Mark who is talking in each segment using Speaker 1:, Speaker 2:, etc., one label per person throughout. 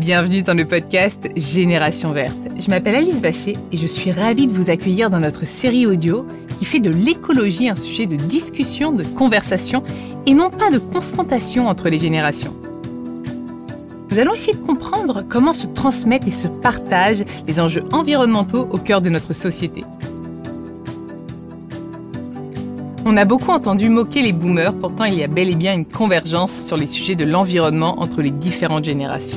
Speaker 1: Bienvenue dans le podcast Génération Verte. Je m'appelle Alice Bachet et je suis ravie de vous accueillir dans notre série audio qui fait de l'écologie un sujet de discussion, de conversation et non pas de confrontation entre les générations. Nous allons essayer de comprendre comment se transmettent et se partagent les enjeux environnementaux au cœur de notre société. On a beaucoup entendu moquer les boomers, pourtant il y a bel et bien une convergence sur les sujets de l'environnement entre les différentes générations.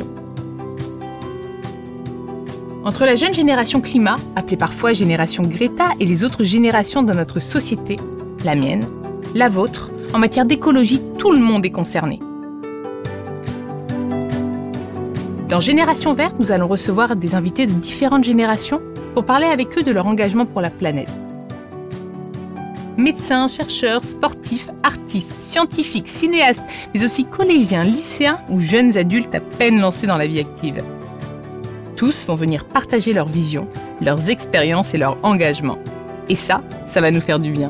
Speaker 1: Entre la jeune génération climat, appelée parfois génération Greta, et les autres générations de notre société, la mienne, la vôtre, en matière d'écologie, tout le monde est concerné. Dans Génération Verte, nous allons recevoir des invités de différentes générations pour parler avec eux de leur engagement pour la planète. Médecins, chercheurs, sportifs, artistes, scientifiques, cinéastes, mais aussi collégiens, lycéens ou jeunes adultes à peine lancés dans la vie active. Tous vont venir partager leur vision, leurs expériences et leur engagement. Et ça va nous faire du bien.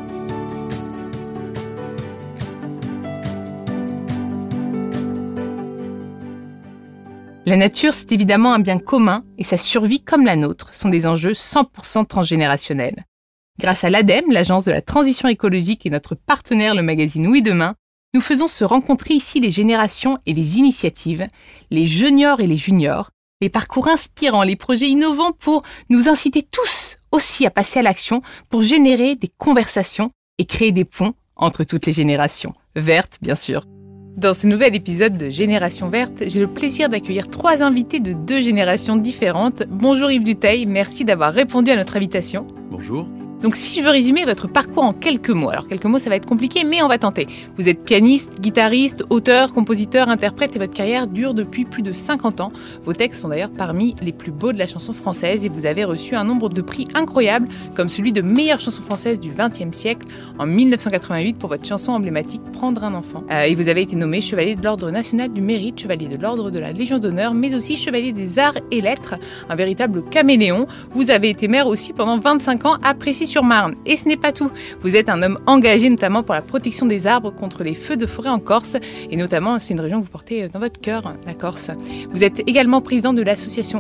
Speaker 1: La nature, c'est évidemment un bien commun et sa survie, comme la nôtre, sont des enjeux 100% transgénérationnels. Grâce à l'ADEME, l'Agence de la transition écologique et notre partenaire, le magazine Oui Demain, nous faisons se rencontrer ici les générations et les initiatives, les juniors et les juniors, les parcours inspirants, les projets innovants pour nous inciter tous aussi à passer à l'action pour générer des conversations et créer des ponts entre toutes les générations. Vertes, bien sûr. Dans ce nouvel épisode de Génération Verte, j'ai le plaisir d'accueillir 3 invités de 2 générations différentes. Bonjour Yves Dutheil, merci d'avoir répondu à notre invitation.
Speaker 2: Bonjour.
Speaker 1: Donc si je veux résumer votre parcours en quelques mots, alors quelques mots ça va être compliqué mais on va tenter. Vous êtes pianiste, guitariste, auteur, compositeur, interprète et votre carrière dure depuis plus de 50 ans. Vos textes sont d'ailleurs parmi les plus beaux de la chanson française et vous avez reçu un nombre de prix incroyables comme celui de meilleure chanson française du XXe siècle en 1988 pour votre chanson emblématique Prendre un enfant. Et vous avez été nommé chevalier de l'Ordre national du mérite, chevalier de l'Ordre de la Légion d'honneur mais aussi chevalier des arts et lettres, un véritable caméléon. Vous avez été maire aussi pendant 25 ans à Plessis-sur-Marne. Et ce n'est pas tout. Vous êtes un homme engagé notamment pour la protection des arbres contre les feux de forêt en Corse. Et notamment, c'est une région que vous portez dans votre cœur, la Corse. Vous êtes également président de l'association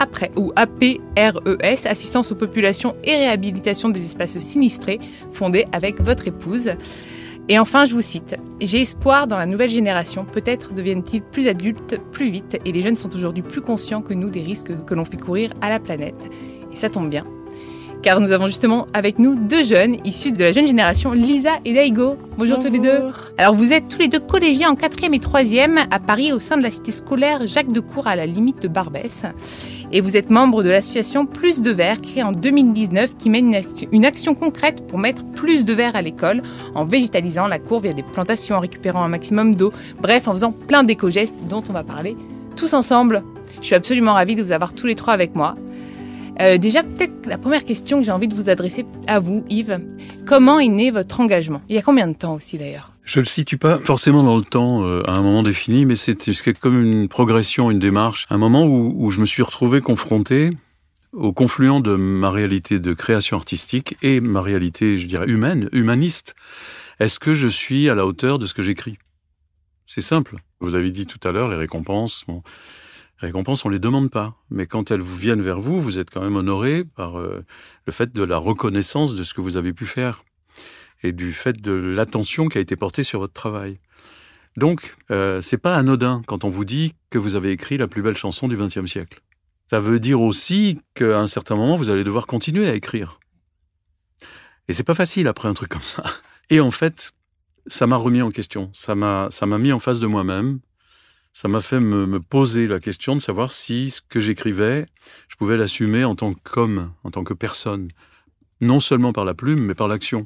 Speaker 1: APRES, Assistance aux populations et réhabilitation des espaces sinistrés, fondée avec votre épouse. Et enfin, je vous cite, « J'ai espoir dans la nouvelle génération, peut-être deviennent-ils plus adultes plus vite et les jeunes sont aujourd'hui plus conscients que nous des risques que l'on fait courir à la planète. » Et ça tombe bien. Car nous avons justement avec nous 2 jeunes issus de la jeune génération, Lisa et Daigo. Bonjour tous les 2. Alors vous êtes tous les 2 collégiens en 4e et 3e à Paris au sein de la cité scolaire Jacques Decour à la limite de Barbès. Et vous êtes membre de l'association Plus de Verre créée en 2019 qui mène une action concrète pour mettre plus de verre à l'école en végétalisant la cour via des plantations, en récupérant un maximum d'eau. Bref, en faisant plein d'éco-gestes dont on va parler tous ensemble. Je suis absolument ravie de vous avoir tous les 3 avec moi. Déjà, peut-être la première question que j'ai envie de vous adresser à vous, Yves. Comment est né votre engagement ? Il y a combien de temps aussi d'ailleurs ?
Speaker 2: Je le situe pas forcément dans le temps à un moment défini, mais c'est comme une progression, une démarche. Un moment où je me suis retrouvé confronté au confluent de ma réalité de création artistique et ma réalité, je dirais, humaniste. Est-ce que je suis à la hauteur de ce que j'écris ? C'est simple. Vous avez dit tout à l'heure, les récompenses... Les récompenses, on les demande pas. Mais quand elles vous viennent vers vous, vous êtes quand même honoré par le fait de la reconnaissance de ce que vous avez pu faire et du fait de l'attention qui a été portée sur votre travail. Donc, c'est pas anodin quand on vous dit que vous avez écrit la plus belle chanson du XXe siècle. Ça veut dire aussi qu'à un certain moment, vous allez devoir continuer à écrire. Et c'est pas facile après un truc comme ça. Et en fait, ça m'a remis en question. Ça m'a mis en face de moi-même. Ça m'a fait me poser la question de savoir si ce que j'écrivais, je pouvais l'assumer en tant qu'homme, en tant que personne. Non seulement par la plume, mais par l'action.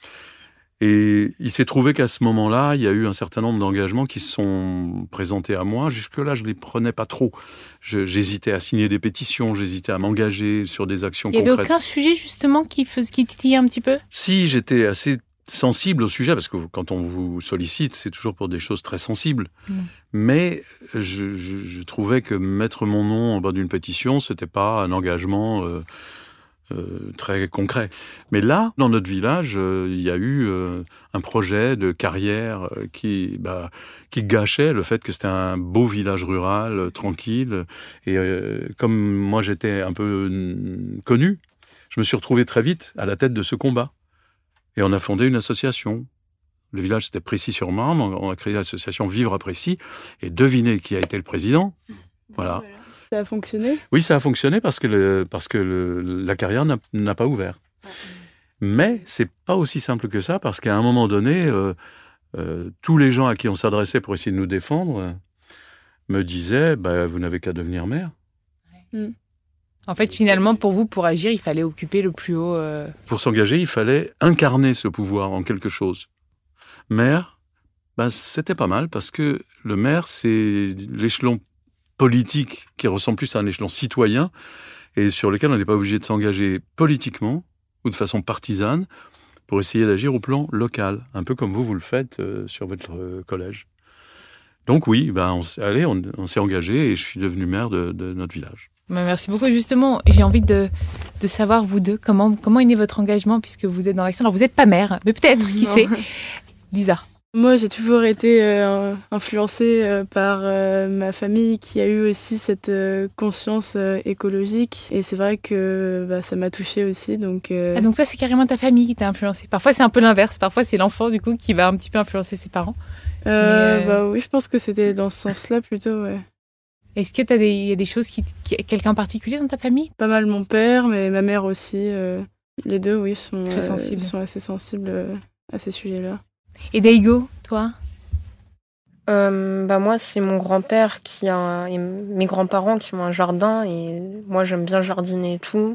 Speaker 2: Et il s'est trouvé qu'à ce moment-là, il y a eu un certain nombre d'engagements qui se sont présentés à moi. Jusque-là, je ne les prenais pas trop. J'hésitais à signer des pétitions, j'hésitais à m'engager sur des actions concrètes.
Speaker 1: Il n'y avait aucun sujet justement qui titillait un petit peu ?
Speaker 2: Si, j'étais assez sensible au sujet, parce que quand on vous sollicite, c'est toujours pour des choses très sensibles. Mais je trouvais que mettre mon nom en bas d'une pétition, c'était pas un engagement très concret. Mais là, dans notre village, il y a eu un projet de carrière qui gâchait le fait que c'était un beau village rural, tranquille. Et comme moi, j'étais un peu connu, je me suis retrouvé très vite à la tête de ce combat. Et on a fondé une association. Le village, c'était Précy-sur-Marne. On a créé l'association Vivre à Précy. Et devinez qui a été le président. Voilà.
Speaker 3: Ça a fonctionné ?
Speaker 2: Oui, ça a fonctionné parce que la carrière n'a pas ouvert. Mais c'est pas aussi simple que ça, parce qu'à un moment donné, tous les gens à qui on s'adressait pour essayer de nous défendre me disaient vous n'avez qu'à devenir maire.
Speaker 1: En fait, finalement, pour vous, pour agir, il fallait occuper le plus haut...
Speaker 2: Pour s'engager, il fallait incarner ce pouvoir en quelque chose. Maire, c'était pas mal, parce que le maire, c'est l'échelon politique qui ressemble plus à un échelon citoyen et sur lequel on n'est pas obligé de s'engager politiquement ou de façon partisane pour essayer d'agir au plan local, un peu comme vous le faites sur votre collège. Donc oui, on s'est engagé et je suis devenu maire de notre village.
Speaker 1: Merci beaucoup. Justement, j'ai envie de savoir, vous deux, comment est né votre engagement puisque vous êtes dans l'action. Alors, vous n'êtes pas maire, mais peut-être, qui sait. Lisa.
Speaker 3: Moi, j'ai toujours été influencée par ma famille qui a eu aussi cette conscience écologique. Et c'est vrai que ça m'a touchée aussi. Donc
Speaker 1: ça, c'est carrément ta famille qui t'a influencée. Parfois, c'est un peu l'inverse. Parfois, c'est l'enfant, du coup, qui va un petit peu influencer ses parents.
Speaker 3: Oui, je pense que c'était dans ce sens-là plutôt, ouais.
Speaker 1: Est-ce que il y a des choses quelqu'un en particulier dans ta famille ?
Speaker 3: Pas mal mon père, mais ma mère aussi. Les deux, oui, sont assez sensibles à ces sujets-là.
Speaker 1: Et Daigo, toi ?
Speaker 4: Moi, c'est mon grand-père et mes grands-parents qui ont un jardin et moi, j'aime bien jardiner et tout.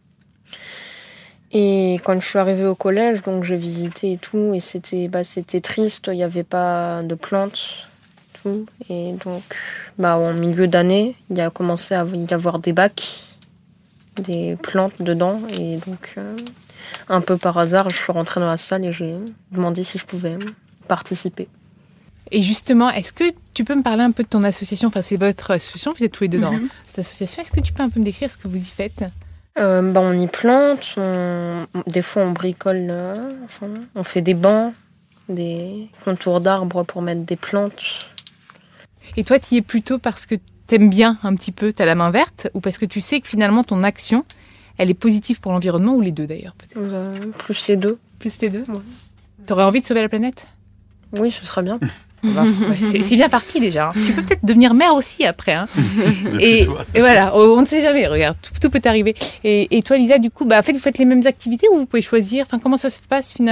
Speaker 4: Et quand je suis arrivée au collège, donc j'ai visité et tout, et c'était triste, il n'y avait pas de plantes, tout. Et donc, en milieu d'année, il a commencé à y avoir des bacs, des plantes dedans, et donc, un peu par hasard, je suis rentrée dans la salle et j'ai demandé si je pouvais participer.
Speaker 1: Et justement, est-ce que tu peux me parler un peu de ton association ? Enfin, c'est votre association, vous êtes tous les deux dans cette association. Est-ce que tu peux un peu me décrire ce que vous y faites ?
Speaker 4: On y plante, des fois on bricole, on fait des bancs, des contours d'arbres pour mettre des plantes.
Speaker 1: Et toi, tu y es plutôt parce que t'aimes bien un petit peu, t'as la main verte, ou parce que tu sais que finalement ton action, elle est positive pour l'environnement, ou les deux d'ailleurs peut-être ?
Speaker 4: Plus les deux.
Speaker 1: Plus les deux ?
Speaker 4: Ouais.
Speaker 1: T'aurais envie de sauver la planète ?
Speaker 4: Oui, ce serait bien.
Speaker 1: C'est bien parti déjà. Tu peux peut-être devenir maire aussi après. Et voilà, on ne sait jamais. Regarde, tout peut arriver. Et toi, Lisa, du coup, en fait, vous faites les mêmes activités ou vous pouvez choisir ? Enfin, comment ça se passe finalement ?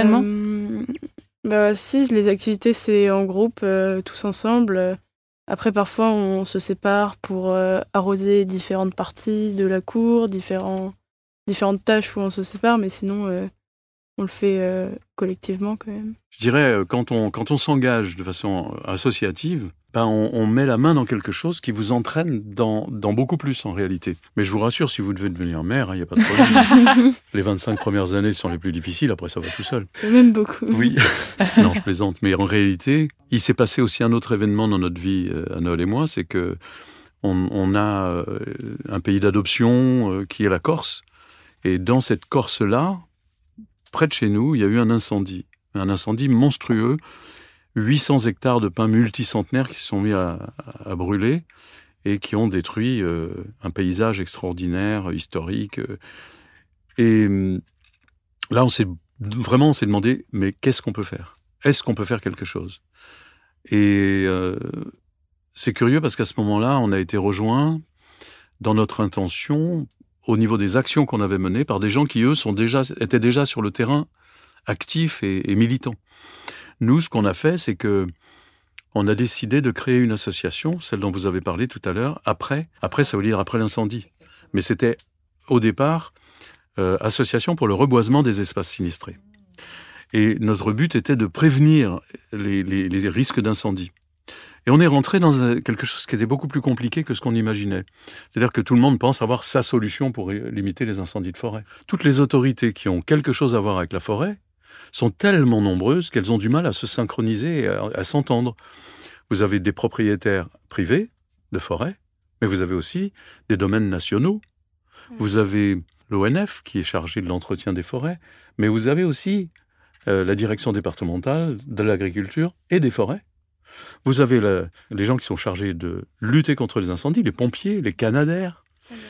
Speaker 3: Si, les activités, c'est en groupe, tous ensemble. Après, parfois, on se sépare pour arroser différentes parties de la cour, différentes tâches où on se sépare, mais sinon, on le fait collectivement quand même.
Speaker 2: Je dirais, quand on s'engage de façon associative, on met la main dans quelque chose qui vous entraîne dans beaucoup plus en réalité. Mais je vous rassure, si vous devez devenir maire, il n'y a pas de problème. Les 25 premières années sont les plus difficiles, après ça va tout seul.
Speaker 3: Même beaucoup.
Speaker 2: Oui, non, je plaisante. Mais en réalité, il s'est passé aussi un autre événement dans notre vie, à Noël et moi, c'est que on a un pays d'adoption qui est la Corse. Et dans cette Corse-là, près de chez nous, il y a eu un incendie monstrueux, 800 hectares de pins multicentenaires qui se sont mis à brûler et qui ont détruit un paysage extraordinaire, historique. Et là, on s'est demandé, mais qu'est-ce qu'on peut faire ? Est-ce qu'on peut faire quelque chose ? Et c'est curieux parce qu'à ce moment-là, on a été rejoints dans notre intention au niveau des actions qu'on avait menées par des gens qui, eux, étaient déjà sur le terrain actifs et militants. Nous, ce qu'on a fait, c'est que on a décidé de créer une association, celle dont vous avez parlé tout à l'heure, après ça veut dire après l'incendie. Mais c'était, au départ, association pour le reboisement des espaces sinistrés. Et notre but était de prévenir les risques d'incendie. Et on est rentré dans quelque chose qui était beaucoup plus compliqué que ce qu'on imaginait. C'est-à-dire que tout le monde pense avoir sa solution pour limiter les incendies de forêt. Toutes les autorités qui ont quelque chose à voir avec la forêt sont tellement nombreuses qu'elles ont du mal à se synchroniser et à s'entendre. Vous avez des propriétaires privés de forêt, mais vous avez aussi des domaines nationaux. Vous avez l'ONF qui est chargé de l'entretien des forêts, mais vous avez aussi la direction départementale de l'agriculture et des forêts. Vous avez les gens qui sont chargés de lutter contre les incendies, les pompiers, les canadaires,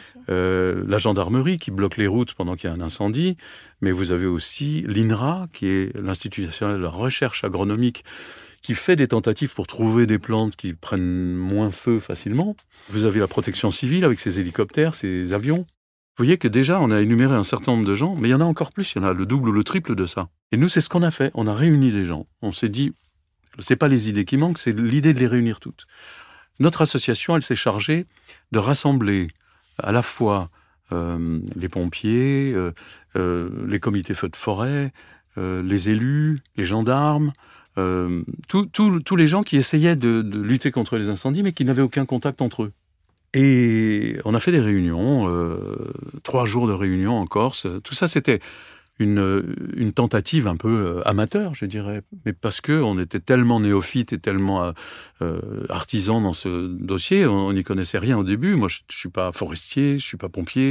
Speaker 2: la gendarmerie qui bloque les routes pendant qu'il y a un incendie, mais vous avez aussi l'INRA, qui est l'Institut national de la recherche agronomique, qui fait des tentatives pour trouver des plantes qui prennent moins feu facilement. Vous avez la protection civile avec ses hélicoptères, ses avions. Vous voyez que déjà, on a énuméré un certain nombre de gens, mais il y en a encore plus, il y en a le double ou le triple de ça. Et nous, c'est ce qu'on a fait. On a réuni des gens. On s'est dit, c'est pas les idées qui manquent, c'est l'idée de les réunir toutes. Notre association, elle s'est chargée de rassembler à la fois les pompiers, les comités feux de forêt, les élus, les gendarmes, tous les gens qui essayaient de lutter contre les incendies, mais qui n'avaient aucun contact entre eux. Et on a fait des réunions, 3 jours de réunions en Corse. Tout ça, c'était une tentative un peu amateur, je dirais, mais parce qu'on était tellement néophytes et tellement artisans dans ce dossier, on n'y connaissait rien au début. Moi, je ne suis pas forestier, je ne suis pas pompier,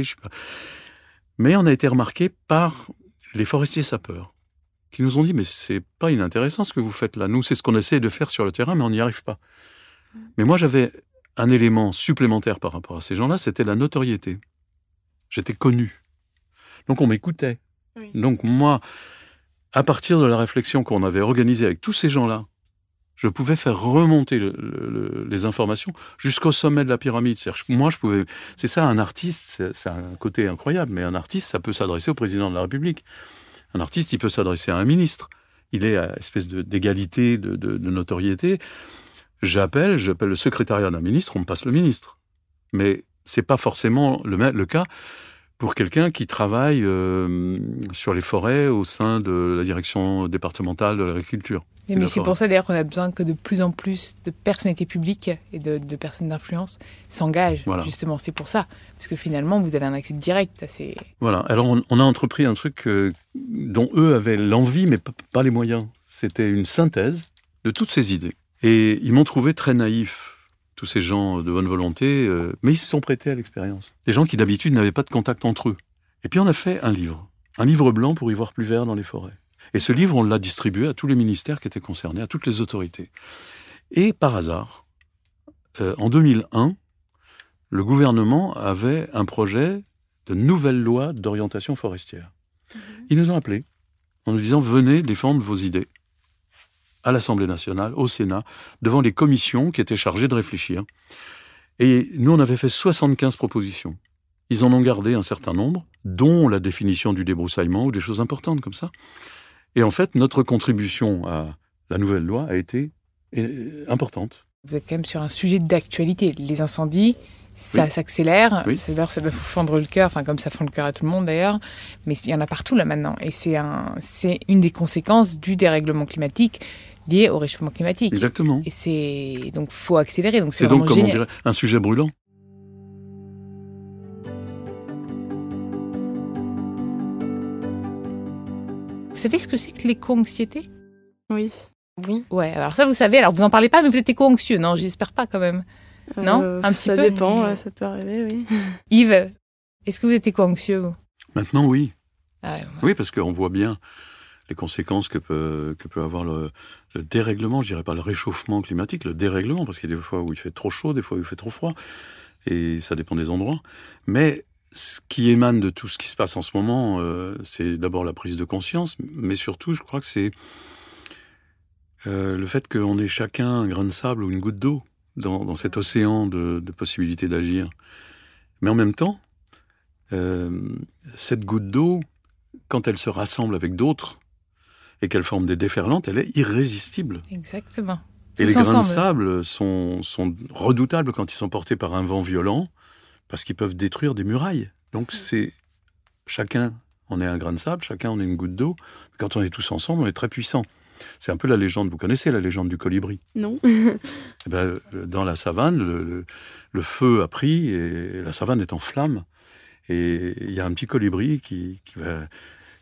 Speaker 2: mais on a été remarqué par les forestiers sapeurs, qui nous ont dit « mais c'est pas inintéressant ce que vous faites là. Nous, c'est ce qu'on essaie de faire sur le terrain, mais on n'y arrive pas. » Mais moi, j'avais un élément supplémentaire par rapport à ces gens-là, c'était la notoriété. J'étais connu. Donc on m'écoutait. Oui. Donc moi, à partir de la réflexion qu'on avait organisée avec tous ces gens-là, je pouvais faire remonter les informations jusqu'au sommet de la pyramide. Moi, je pouvais... C'est ça, un artiste, c'est un côté incroyable, mais un artiste, ça peut s'adresser au président de la République. Un artiste, il peut s'adresser à un ministre. Il est à espèce d'égalité, de notoriété. J'appelle le secrétariat d'un ministre, on me passe le ministre. Mais c'est pas forcément le cas pour quelqu'un qui travaille sur les forêts au sein de la direction départementale de l'agriculture.
Speaker 1: Mais c'est pour ça d'ailleurs qu'on a besoin que de plus en plus de personnalités publiques et de personnes d'influence s'engagent, justement. C'est pour ça, parce que finalement, vous avez un accès direct à ces...
Speaker 2: Voilà, alors on a entrepris un truc dont eux avaient l'envie, mais pas les moyens. C'était une synthèse de toutes ces idées. Et ils m'ont trouvé très naïf, tous ces gens de bonne volonté, mais ils se sont prêtés à l'expérience. Des gens qui d'habitude n'avaient pas de contact entre eux. Et puis on a fait un livre blanc pour y voir plus vert dans les forêts. Et ce livre, on l'a distribué à tous les ministères qui étaient concernés, à toutes les autorités. Et par hasard, en 2001, le gouvernement avait un projet de nouvelle loi d'orientation forestière. Ils nous ont appelés en nous disant « Venez défendre vos idées » à l'Assemblée nationale, au Sénat, devant les commissions qui étaient chargées de réfléchir. Et nous, on avait fait 75 propositions. Ils en ont gardé un certain nombre, dont la définition du débroussaillement ou des choses importantes comme ça. Et en fait, notre contribution à la nouvelle loi a été importante.
Speaker 1: Vous êtes quand même sur un sujet d'actualité. Les incendies, ça s'accélère.
Speaker 2: Oui.
Speaker 1: D'ailleurs, ça doit vous fendre le cœur, enfin comme ça fend le cœur à tout le monde d'ailleurs. Mais il y en a partout là maintenant. Et c'est une des conséquences du dérèglement climatique lié au réchauffement climatique.
Speaker 2: Exactement.
Speaker 1: Et donc, faut accélérer. Donc,
Speaker 2: c'est donc, comme on dirait, un sujet brûlant.
Speaker 1: Vous savez ce que c'est que l'éco-anxiété ?
Speaker 3: Oui.
Speaker 4: Oui.
Speaker 1: Ouais, alors ça, vous savez, alors vous n'en parlez pas, mais vous êtes éco-anxieux, non ? J'espère pas quand même. Non ? Un petit peu ?
Speaker 3: Ça dépend, ça peut arriver, oui.
Speaker 1: Yves, est-ce que vous êtes éco-anxieux, vous ?
Speaker 2: Maintenant, oui.
Speaker 1: Ah ouais.
Speaker 2: Oui, parce qu'on voit bien les conséquences que peut avoir le dérèglement, je dirais pas le réchauffement climatique, le dérèglement, parce qu'il y a des fois où il fait trop chaud, des fois où il fait trop froid, et ça dépend des endroits. Mais ce qui émane de tout ce qui se passe en ce moment, c'est d'abord la prise de conscience, mais surtout, je crois que c'est le fait qu'on ait chacun un grain de sable ou une goutte d'eau dans cet océan de possibilités d'agir. Mais en même temps, cette goutte d'eau, quand elle se rassemble avec d'autres, et qu'elle forme des déferlantes, elle est irrésistible.
Speaker 1: Exactement.
Speaker 2: Et les grains de sable sont redoutables quand ils sont portés par un vent violent, parce qu'ils peuvent détruire des murailles. Donc c'est chacun, on est un grain de sable, chacun on est une goutte d'eau. Quand on est tous ensemble, on est très puissant. C'est un peu la légende, vous connaissez la légende du colibri ?
Speaker 3: Non.
Speaker 2: Eh ben, dans la savane, le feu a pris et la savane est en flammes. Et il y a un petit colibri qui va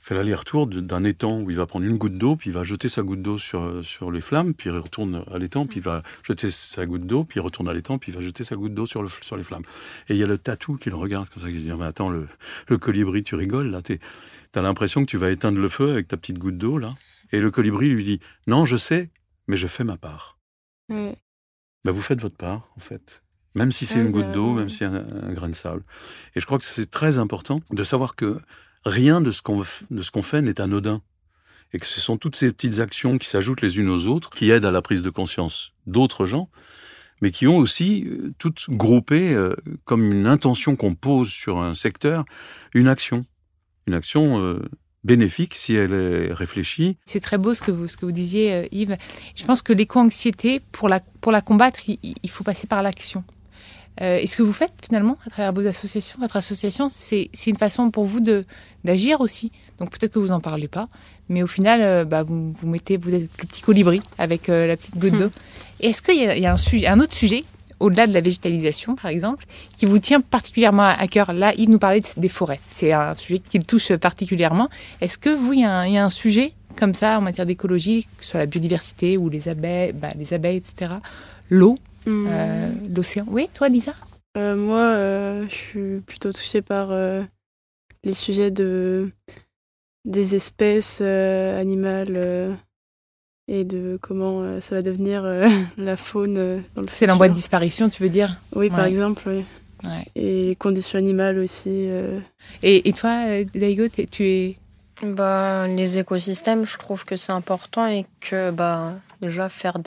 Speaker 2: fait l'aller-retour d'un étang où il va prendre une goutte d'eau, puis il va jeter sa goutte d'eau sur les flammes, puis il retourne à l'étang, puis il va jeter sa goutte d'eau, puis il retourne à l'étang, puis il va jeter sa goutte d'eau sur les flammes. Et il y a le tatou qui le regarde comme ça, qui dit « Mais attends, le colibri, tu rigoles, là, t'as l'impression que tu vas éteindre le feu avec ta petite goutte d'eau, là ?» Et le colibri lui dit « Non, je sais, mais je fais ma part. » Vous faites votre part, en fait. Même si c'est une goutte d'eau, même si c'est un grain de sable. Et je crois que c'est très important de savoir que rien de ce qu'on fait n'est anodin. Et que ce sont toutes ces petites actions qui s'ajoutent les unes aux autres, qui aident à la prise de conscience d'autres gens, mais qui ont aussi toutes groupé, comme une intention qu'on pose sur un secteur, une action. Une action bénéfique si elle est réfléchie.
Speaker 1: C'est très beau ce que vous disiez, Yves. Je pense que l'éco-anxiété, pour la combattre, il faut passer par l'action. Et ce que vous faites finalement à travers vos associations, votre association, c'est une façon pour vous d'agir aussi. Donc peut-être que vous en parlez pas, mais au final, vous êtes le petit colibri avec la petite goutte d'eau. Et est-ce qu'il y a un autre sujet, au-delà de la végétalisation par exemple, qui vous tient particulièrement à cœur? Là, Yves nous parlait des forêts. C'est un sujet qui le touche particulièrement. Est-ce que vous, il y a un sujet comme ça en matière d'écologie, que ce soit la biodiversité ou les abeilles, etc., l'eau? L'océan. Oui, toi, Lisa?
Speaker 3: Moi, je suis plutôt touchée par les sujets des espèces animales et de comment ça va devenir la faune dans le futur.
Speaker 1: C'est l'en voie de disparition, tu veux dire?
Speaker 3: Oui, par exemple, oui. Ouais. Et les conditions animales aussi.
Speaker 1: Et toi, Daigo, tu es...
Speaker 4: Les écosystèmes, je trouve que c'est important et que déjà faire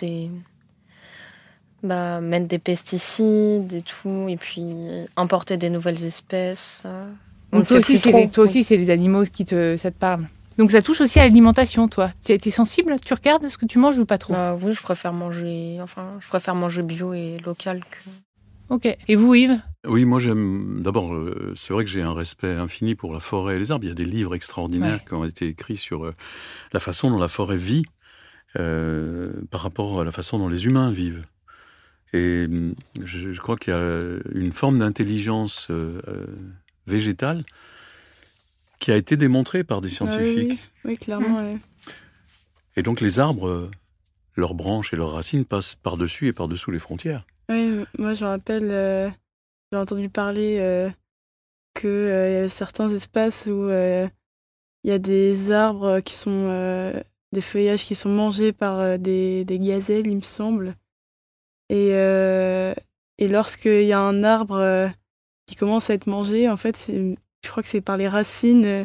Speaker 4: mettre des pesticides et tout, et puis importer des nouvelles espèces.
Speaker 1: Donc toi aussi, c'est les animaux ça te parle. Donc ça touche aussi à l'alimentation, toi. Tu es sensible? Tu regardes ce que tu manges ou pas trop?
Speaker 4: Oui, je préfère manger bio et local que...
Speaker 1: Ok. Et vous, Yves?
Speaker 2: Oui, moi j'aime... D'abord, c'est vrai que j'ai un respect infini pour la forêt et les arbres. Il y a des livres extraordinaires qui ont été écrits sur la façon dont la forêt vit par rapport à la façon dont les humains vivent. Et je crois qu'il y a une forme d'intelligence végétale qui a été démontrée par des scientifiques.
Speaker 3: Oui, clairement. Ouais.
Speaker 2: Et donc les arbres, leurs branches et leurs racines passent par-dessus et par-dessous les frontières.
Speaker 3: Oui, moi je me rappelle, j'ai entendu parler qu'il y a certains espaces où il y a des arbres qui sont... des feuillages qui sont mangés par des gazelles, il me semble. Et lorsqu'il y a un arbre qui commence à être mangé, en fait, je crois que c'est par les racines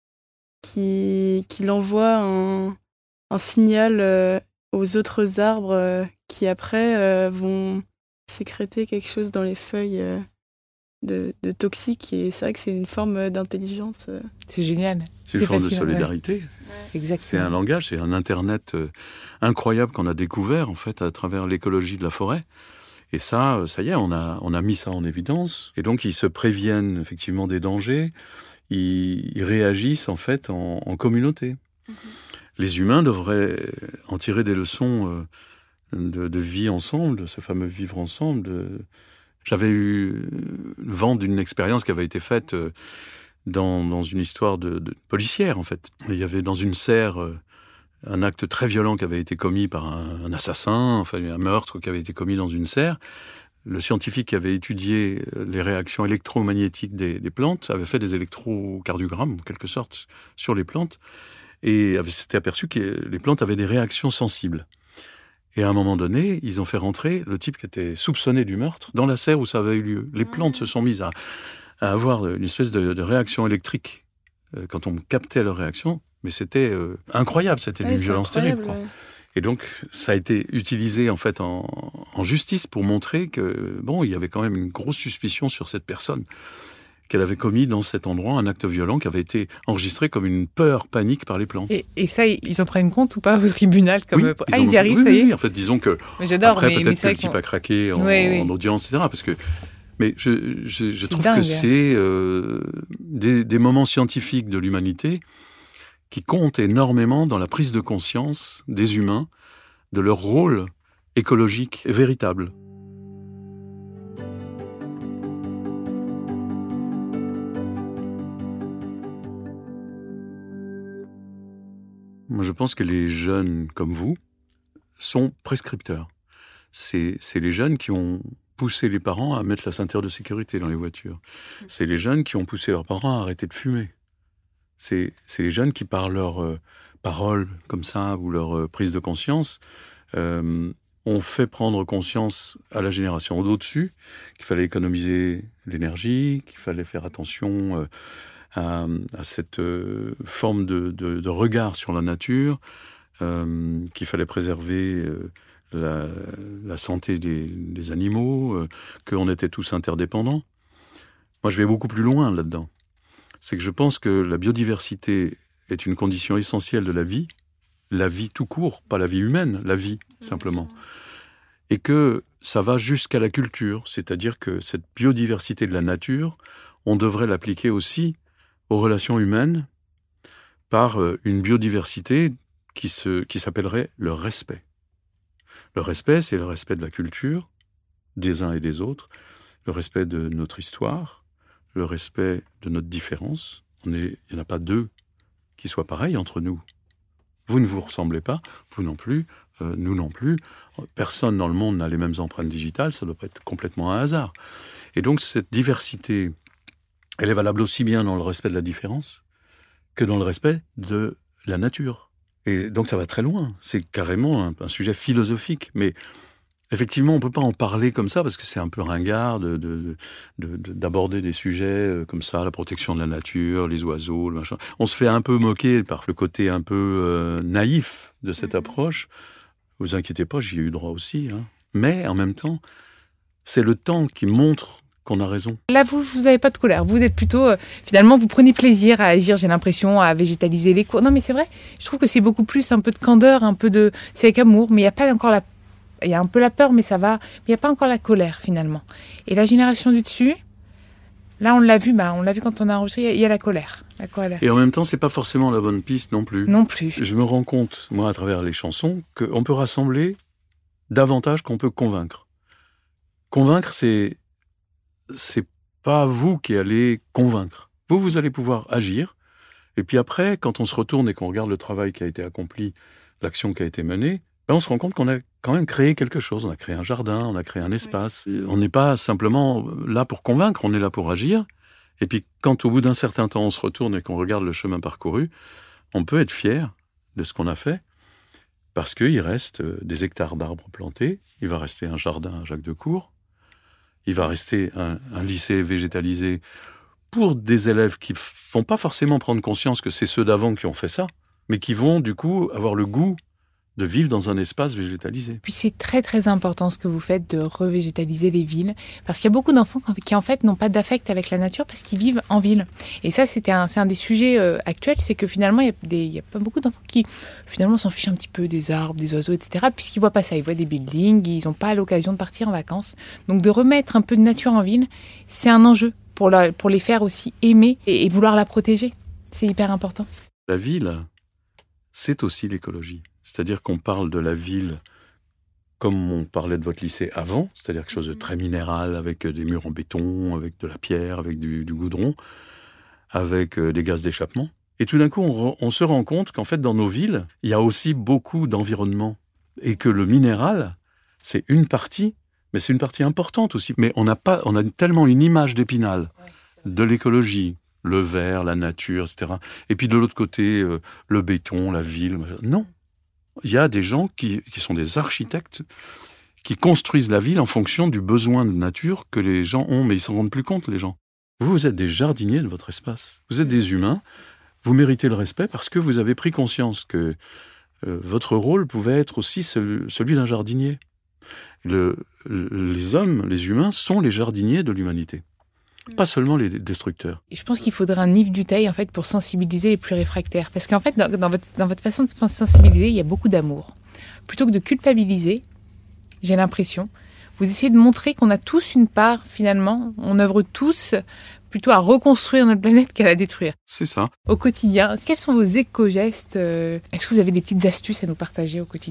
Speaker 3: qu'il envoie un signal aux autres arbres qui après vont sécréter quelque chose dans les feuilles de toxique. Et c'est vrai que c'est une forme d'intelligence.
Speaker 1: C'est génial.
Speaker 2: C'est une forme de solidarité.
Speaker 1: Ouais.
Speaker 2: C'est un langage, c'est un Internet incroyable qu'on a découvert en fait à travers l'écologie de la forêt. Et ça y est, on a mis ça en évidence. Et donc ils se préviennent effectivement des dangers. Ils réagissent en fait en communauté. Mm-hmm. Les humains devraient en tirer des leçons de vie ensemble, de ce fameux vivre ensemble. J'avais eu le vent d'une expérience qui avait été faite dans une histoire de policière, en fait. Il y avait dans une serre un acte très violent qui avait été commis par un assassin, enfin un meurtre qui avait été commis dans une serre. Le scientifique qui avait étudié les réactions électromagnétiques des plantes avait fait des électrocardiogrammes, en quelque sorte, sur les plantes, et s'était aperçu que les plantes avaient des réactions sensibles. Et à un moment donné, ils ont fait rentrer le type qui était soupçonné du meurtre dans la serre où ça avait eu lieu. Les plantes se sont mises à avoir une espèce de réaction électrique quand on captait leur réaction, mais c'était incroyable, c'était d'une violence terrible, quoi. Ouais. Et donc, ça a été utilisé en fait en justice pour montrer que il y avait quand même une grosse suspicion sur cette personne, qu'elle avait commis dans cet endroit un acte violent qui avait été enregistré comme une peur panique par les plantes.
Speaker 1: Et ça, ils en prennent compte ou pas au tribunal comme
Speaker 2: oui,
Speaker 1: ils y arrivent, ça y est.
Speaker 2: Oui, en fait, disons que après peut-être que le type a craqué en audience, etc. Parce que mais je trouve dingue, que c'est des moments scientifiques de l'humanité qui comptent énormément dans la prise de conscience des humains de leur rôle écologique véritable. Moi, je pense que les jeunes comme vous sont prescripteurs. C'est les jeunes qui ont poussé les parents à mettre la ceinture de sécurité dans les voitures. C'est les jeunes qui ont poussé leurs parents à arrêter de fumer. C'est les jeunes qui, par leurs paroles comme ça, ou leur prise de conscience, ont fait prendre conscience à la génération au-dessus qu'il fallait économiser l'énergie, qu'il fallait faire attention à cette forme de regard sur la nature, qu'il fallait préserver la santé des animaux, qu'on était tous interdépendants. Moi, je vais beaucoup plus loin là-dedans. C'est que je pense que la biodiversité est une condition essentielle de la vie tout court, pas la vie humaine, la vie, simplement. Et que ça va jusqu'à la culture, c'est-à-dire que cette biodiversité de la nature, on devrait l'appliquer aussi aux relations humaines par une biodiversité qui s'appellerait le respect. Le respect, c'est le respect de la culture, des uns et des autres, le respect de notre histoire, le respect de notre différence. Il n'y en a pas deux qui soient pareils entre nous. Vous ne vous ressemblez pas, vous non plus, nous non plus. Personne dans le monde n'a les mêmes empreintes digitales, ça doit pas être complètement un hasard. Et donc cette diversité, elle est valable aussi bien dans le respect de la différence que dans le respect de la nature. Et donc ça va très loin, c'est carrément un sujet philosophique, mais effectivement on ne peut pas en parler comme ça parce que c'est un peu ringard d'aborder des sujets comme ça, la protection de la nature, les oiseaux, le machin. On se fait un peu moquer par le côté un peu naïf de cette approche. Vous inquiétez pas, j'y ai eu droit aussi, hein. Mais en même temps, c'est le temps qui montre qu'on a raison.
Speaker 1: Là, vous n'avez pas de colère. Vous êtes plutôt, finalement, vous prenez plaisir à agir, j'ai l'impression, à végétaliser les cours. Non, mais c'est vrai, je trouve que c'est beaucoup plus un peu de candeur, c'est avec amour, mais il n'y a pas encore il y a un peu la peur, mais ça va. Mais il n'y a pas encore la colère, finalement. Et la génération du dessus, là, on l'a vu quand on a enregistré, il y a la colère.
Speaker 2: Et en même temps, c'est pas forcément la bonne piste non plus.
Speaker 1: Non plus.
Speaker 2: Je me rends compte, moi, à travers les chansons, qu'on peut rassembler davantage qu'on peut convaincre. Convaincre, c'est pas vous qui allez convaincre. Vous allez pouvoir agir. Et puis après, quand on se retourne et qu'on regarde le travail qui a été accompli, l'action qui a été menée, on se rend compte qu'on a quand même créé quelque chose. On a créé un jardin, on a créé un espace. Oui. On n'est pas simplement là pour convaincre, on est là pour agir. Et puis quand au bout d'un certain temps, on se retourne et qu'on regarde le chemin parcouru, on peut être fier de ce qu'on a fait parce qu'il reste des hectares d'arbres plantés, il va rester un jardin à Jacques Decour, il va rester un lycée végétalisé pour des élèves qui ne vont pas forcément prendre conscience que c'est ceux d'avant qui ont fait ça, mais qui vont du coup avoir le goût de vivre dans un espace végétalisé.
Speaker 1: Puis c'est très très important ce que vous faites de revégétaliser les villes, parce qu'il y a beaucoup d'enfants qui en fait n'ont pas d'affect avec la nature parce qu'ils vivent en ville. Et ça c'est un des sujets actuels, c'est que finalement il y a pas beaucoup d'enfants qui finalement s'en fichent un petit peu des arbres, des oiseaux, etc. puisqu'ils voient pas ça, ils voient des buildings, ils n'ont pas l'occasion de partir en vacances. Donc de remettre un peu de nature en ville, c'est un enjeu pour les faire aussi aimer et vouloir la protéger. C'est hyper important.
Speaker 2: La ville, c'est aussi l'écologie. C'est-à-dire qu'on parle de la ville comme on parlait de votre lycée avant, c'est-à-dire quelque chose de très minéral, avec des murs en béton, avec de la pierre, avec du goudron, avec des gaz d'échappement. Et tout d'un coup, on se rend compte qu'en fait, dans nos villes, il y a aussi beaucoup d'environnement. Et que le minéral, c'est une partie, mais c'est une partie importante aussi. Mais on a tellement une image d'Épinal de l'écologie, le vert, la nature, etc. Et puis de l'autre côté, le béton, la ville. Non. Il y a des gens qui sont des architectes qui construisent la ville en fonction du besoin de nature que les gens ont, mais ils s'en rendent plus compte, les gens. Vous êtes des jardiniers de votre espace. Vous êtes des humains. Vous méritez le respect parce que vous avez pris conscience que votre rôle pouvait être aussi celui d'un jardinier. Les hommes, les humains, sont les jardiniers de l'humanité. Pas seulement les destructeurs.
Speaker 1: Et je pense qu'il faudrait un Yves Duteil en fait pour sensibiliser les plus réfractaires, parce qu'en fait dans votre façon de sensibiliser, il y a beaucoup d'amour. Plutôt que de culpabiliser, j'ai l'impression, vous essayez de montrer qu'on a tous une part finalement, on œuvre tous plutôt à reconstruire notre planète qu'à la détruire.
Speaker 2: C'est ça.
Speaker 1: Au quotidien, quels sont vos éco-gestes ? Est-ce que vous avez des petites astuces à nous partager au quotidien ?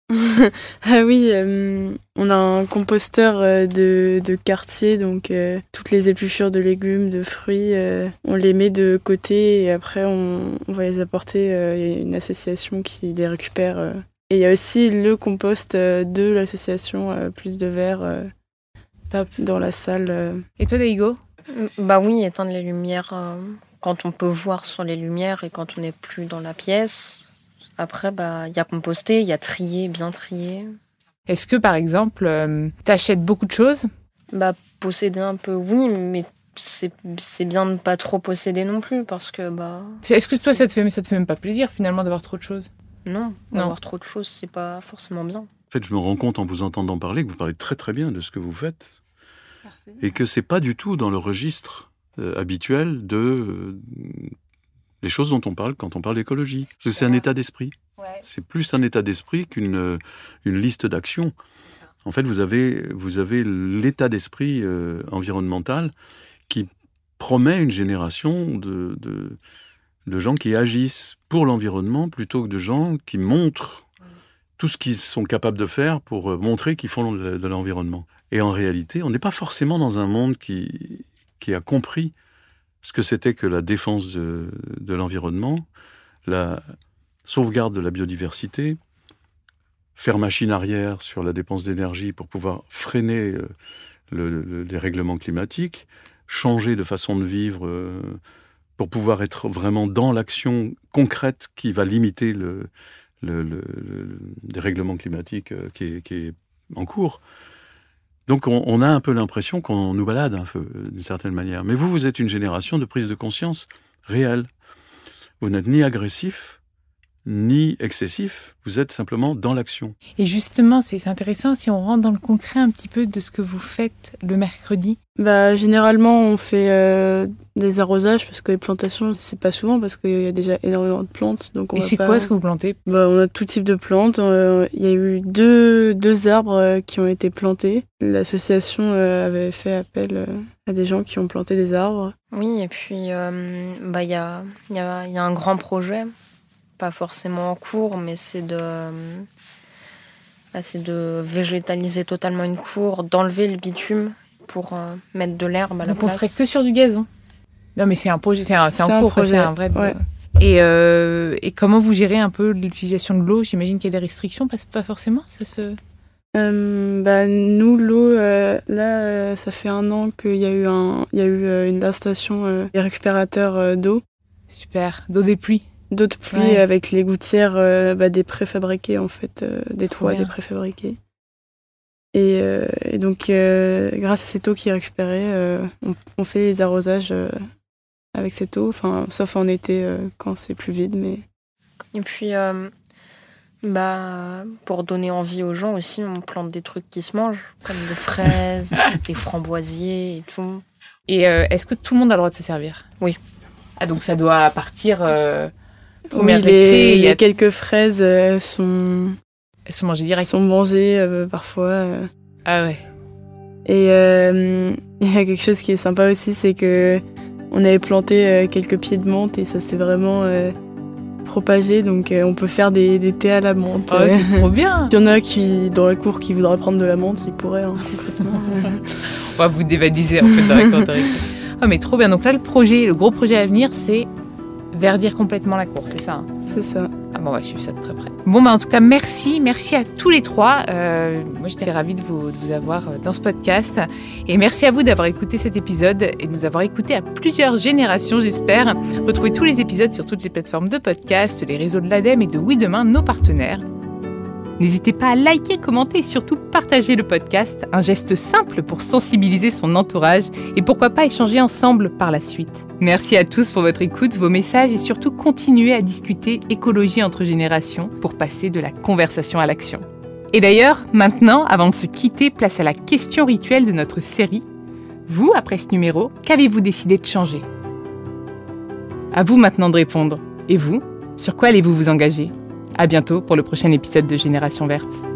Speaker 3: Ah oui, on a un composteur de quartier, donc toutes les épluchures de légumes, de fruits, on les met de côté et après on va les apporter. Il y a une association qui les récupère. Et il y a aussi le compost de l'association Plus de Verre dans la salle.
Speaker 1: Et toi, Daigo ?
Speaker 4: Bah oui, éteindre les lumières quand on peut voir sur les lumières et quand on n'est plus dans la pièce. Après, il y a composter, il y a trier, bien trier.
Speaker 1: Est-ce que, par exemple, t'achètes beaucoup de choses ?
Speaker 4: Posséder un peu, oui, mais c'est bien de ne pas trop posséder non plus, parce que...
Speaker 1: Est-ce que toi, ça te fait même pas plaisir, finalement, d'avoir trop de choses ?
Speaker 4: Non, avoir trop de choses, c'est pas forcément bien.
Speaker 2: En fait, je me rends compte, en vous entendant parler, que vous parlez très très bien de ce que vous faites.
Speaker 3: Merci. Et
Speaker 2: que c'est pas du tout dans le registre habituel de... les choses dont on parle quand on parle d'écologie. Parce que c'est un état d'esprit.
Speaker 1: Ouais.
Speaker 2: C'est plus un état d'esprit qu'une liste d'actions. En fait, vous avez l'état d'esprit environnemental qui promet une génération de gens qui agissent pour l'environnement plutôt que de gens qui montrent tout ce qu'ils sont capables de faire pour montrer qu'ils font de l'environnement. Et en réalité, on n'est pas forcément dans un monde qui a compris ce que c'était que la défense de l'environnement, la sauvegarde de la biodiversité, faire machine arrière sur la dépense d'énergie pour pouvoir freiner les dérèglements climatiques, changer de façon de vivre pour pouvoir être vraiment dans l'action concrète qui va limiter le dérèglement climatique qui est en cours. Donc on a un peu l'impression qu'on nous balade un peu, d'une certaine manière. Mais vous êtes une génération de prise de conscience réelle. Vous n'êtes ni agressif, ni excessif, vous êtes simplement dans l'action.
Speaker 1: Et justement, c'est intéressant si on rentre dans le concret un petit peu de ce que vous faites le mercredi.
Speaker 3: Généralement, on fait des arrosages parce que les plantations, c'est pas souvent parce qu'il y a déjà énormément de plantes. Donc
Speaker 1: et c'est quoi ce que vous plantez ?
Speaker 3: On a tout type de plantes. Il y a eu deux arbres qui ont été plantés. L'association avait fait appel à des gens qui ont planté des arbres.
Speaker 4: Oui, et puis il y a un grand projet. Pas forcément en cours, mais c'est de végétaliser totalement une cour, d'enlever le bitume pour mettre de l'herbe à la place.
Speaker 1: Donc on serait que sur du gazon. Non, mais c'est un projet, c'est en cours,
Speaker 3: projet,
Speaker 1: c'est un vrai.
Speaker 3: Ouais.
Speaker 1: Et comment vous gérez un peu l'utilisation de l'eau ? J'imagine qu'il y a des restrictions, pas forcément.
Speaker 3: Nous, l'eau, ça fait 1 an qu'il y a eu une installation des récupérateurs d'eau.
Speaker 4: Super,
Speaker 1: d'eau des pluies.
Speaker 3: D'eau de pluie avec les gouttières des préfabriqués, en fait, des toits des préfabriqués. Et donc, grâce à cette eau qui est récupérée, on fait les arrosages avec cette eau, sauf en été quand c'est plus vide. Mais...
Speaker 4: Et puis, pour donner envie aux gens aussi, on plante des trucs qui se mangent, comme des fraises, des framboisiers et tout.
Speaker 1: Et est-ce que tout le monde a le droit de se servir ?
Speaker 4: Oui.
Speaker 1: Ah, donc ça doit partir...
Speaker 3: Oui, il y a quelques fraises, elles sont
Speaker 1: mangées direct.
Speaker 3: Elles sont mangées parfois.
Speaker 1: Ah ouais.
Speaker 3: Et il y a quelque chose qui est sympa aussi, c'est que on avait planté quelques pieds de menthe et ça s'est vraiment propagé. Donc on peut faire des thés à la menthe.
Speaker 1: Oh, c'est trop bien.
Speaker 3: Il y en a qui, dans la cour, qui voudraient prendre de la menthe, ils pourraient, concrètement.
Speaker 1: On va vous dévaliser en fait dans la cour de récré. Oh, mais trop bien. Donc là, le gros projet à venir, c'est verdir complètement la cour, c'est ça hein ?
Speaker 3: C'est ça.
Speaker 1: Ah bon, on va suivre ça de très près. Bon, en tout cas, merci à tous les trois. Moi, j'étais ravie de vous avoir dans ce podcast. Et merci à vous d'avoir écouté cet épisode et de nous avoir écoutés à plusieurs générations, j'espère. Retrouvez tous les épisodes sur toutes les plateformes de podcast, les réseaux de l'ADEME et de Oui Demain, nos partenaires. N'hésitez pas à liker, commenter et surtout partager le podcast, un geste simple pour sensibiliser son entourage et pourquoi pas échanger ensemble par la suite. Merci à tous pour votre écoute, vos messages et surtout continuez à discuter écologie entre générations pour passer de la conversation à l'action. Et d'ailleurs, maintenant, avant de se quitter, place à la question rituelle de notre série. Vous, après ce numéro, qu'avez-vous décidé de changer ? À vous maintenant de répondre. Et vous, sur quoi allez-vous vous engager ? À bientôt pour le prochain épisode de Génération Verte.